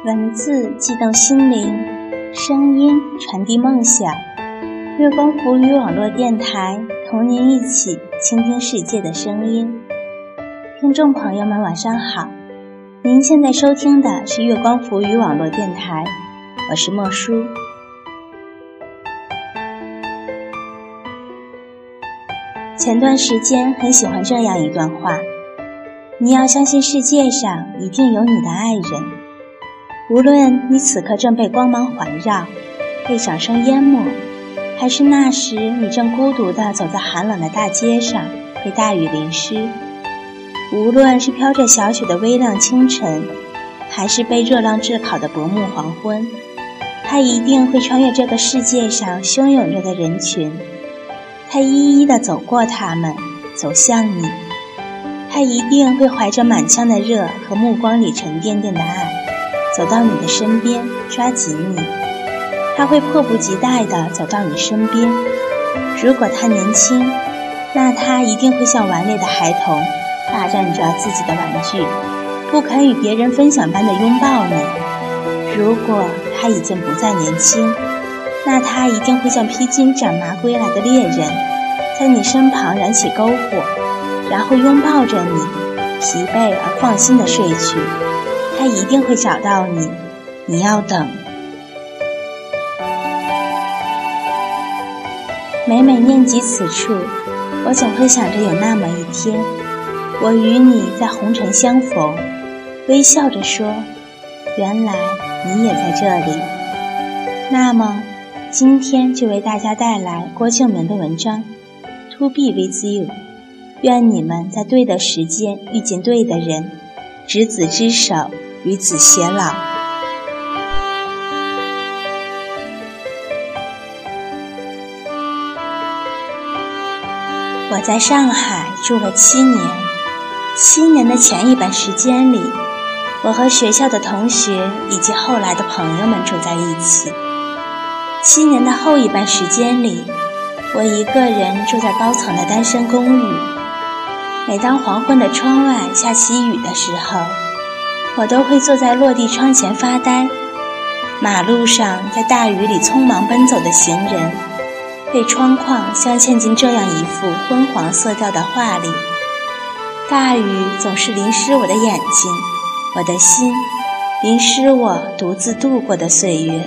文字激动心灵，声音传递梦想。月光浮语网络电台，同您一起倾听世界的声音。听众朋友们晚上好，您现在收听的是月光浮语网络电台，我是莫叔。前段时间很喜欢这样一段话，你要相信世界上一定有你的爱人，无论你此刻正被光芒环绕，被掌声淹没，还是那时你正孤独地走在寒冷的大街上，被大雨淋湿，无论是飘着小雪的微亮清晨，还是被热浪炙烤的薄暮黄昏，他一定会穿越这个世界上汹涌着的人群，他一一地走过他们，走向你，他一定会怀着满腔的热和目光里沉甸甸的爱，走到你的身边，抓紧你，他会迫不及待地走到你身边。如果他年轻，那他一定会像顽劣的孩童，霸占着自己的玩具，不肯与别人分享般的拥抱你。如果他已经不再年轻，那他一定会像披荆斩麻归来的猎人，在你身旁燃起篝火，然后拥抱着你，疲惫而放心地睡去。他一定会找到你，你要等。每念及此处，我总会想着有那么一天，我与你在红尘相逢，微笑着说，原来你也在这里。那么今天就为大家带来郭敬明的文章 To be with you， 愿你们在对的时间遇见对的人，执子之手，与子偕老。我在上海住了7年，7年的前一半时间里，我和学校的同学以及后来的朋友们住在一起。7年的后一半时间里，我一个人住在高层的单身公寓。每当黄昏的窗外下起雨的时候，我都会坐在落地窗前发呆。马路上在大雨里匆忙奔走的行人，被窗框镶嵌进这样一幅昏黄色调的画里。大雨总是淋湿我的眼睛，我的心，淋湿我独自度过的岁月。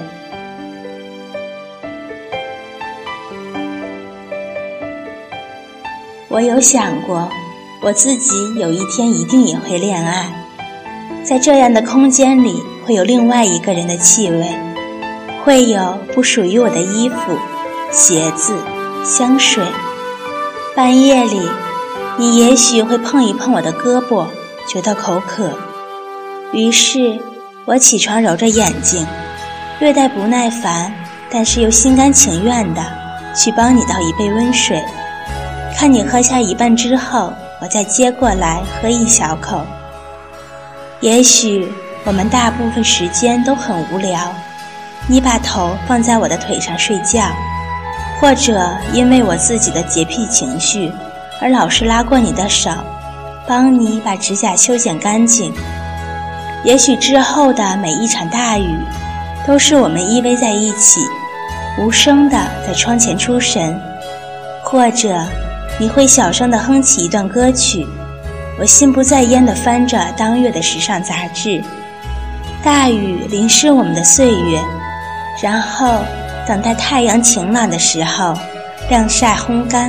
我有想过，我自己有一天一定也会恋爱，在这样的空间里，会有另外一个人的气味，会有不属于我的衣服、鞋子、香水。半夜里，你也许会碰一碰我的胳膊，觉得口渴，于是我起床揉着眼睛，略带不耐烦，但是又心甘情愿地去帮你倒一杯温水。看你喝下一半之后，我再接过来喝一小口。也许我们大部分时间都很无聊，你把头放在我的腿上睡觉，或者因为我自己的洁癖情绪而老是拉过你的手，帮你把指甲修剪干净。也许之后的每一场大雨，都是我们依偎在一起，无声地在窗前出神，或者你会小声地哼起一段歌曲，我心不在焉地翻着当月的时尚杂志。大雨淋湿我们的岁月，然后等待太阳晴朗的时候晾晒烘干。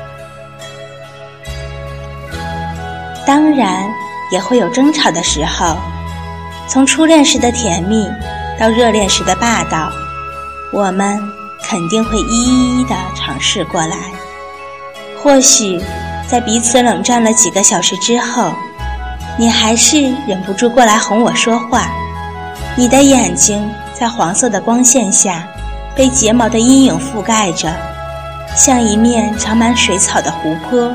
当然也会有争吵的时候，从初恋时的甜蜜到热恋时的霸道，我们肯定会一一地尝试过来。或许在彼此冷战了几个小时之后，你还是忍不住过来哄我说话，你的眼睛在黄色的光线下被睫毛的阴影覆盖着，像一面长满水草的湖泊。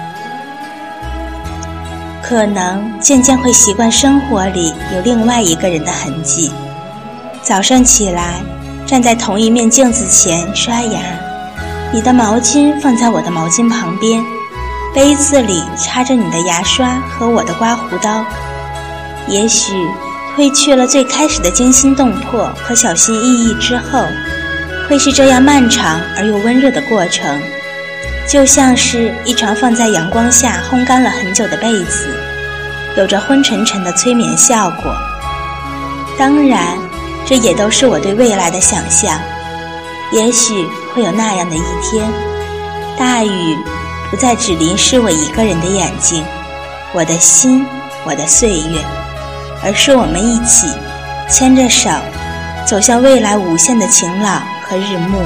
可能渐渐会习惯生活里有另外一个人的痕迹。早上起来，站在同一面镜子前刷牙，你的毛巾放在我的毛巾旁边，杯子里插着你的牙刷和我的刮胡刀。也许挥去了最开始的惊心动魄和小心翼翼之后，会是这样漫长而又温热的过程，就像是一床放在阳光下烘干了很久的被子，有着昏沉沉的催眠效果。当然，这也都是我对未来的想象，也许会有那样的一天，大雨不再只淋湿我一个人的眼睛，我的心，我的岁月，而是我们一起牵着手走向未来无限的晴朗和日暮。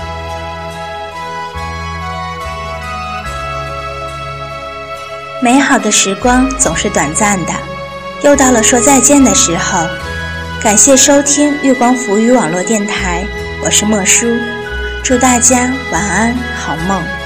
美好的时光总是短暂的，又到了说再见的时候。感谢收听月光浮语网络电台，我是莫叔，祝大家晚安好梦。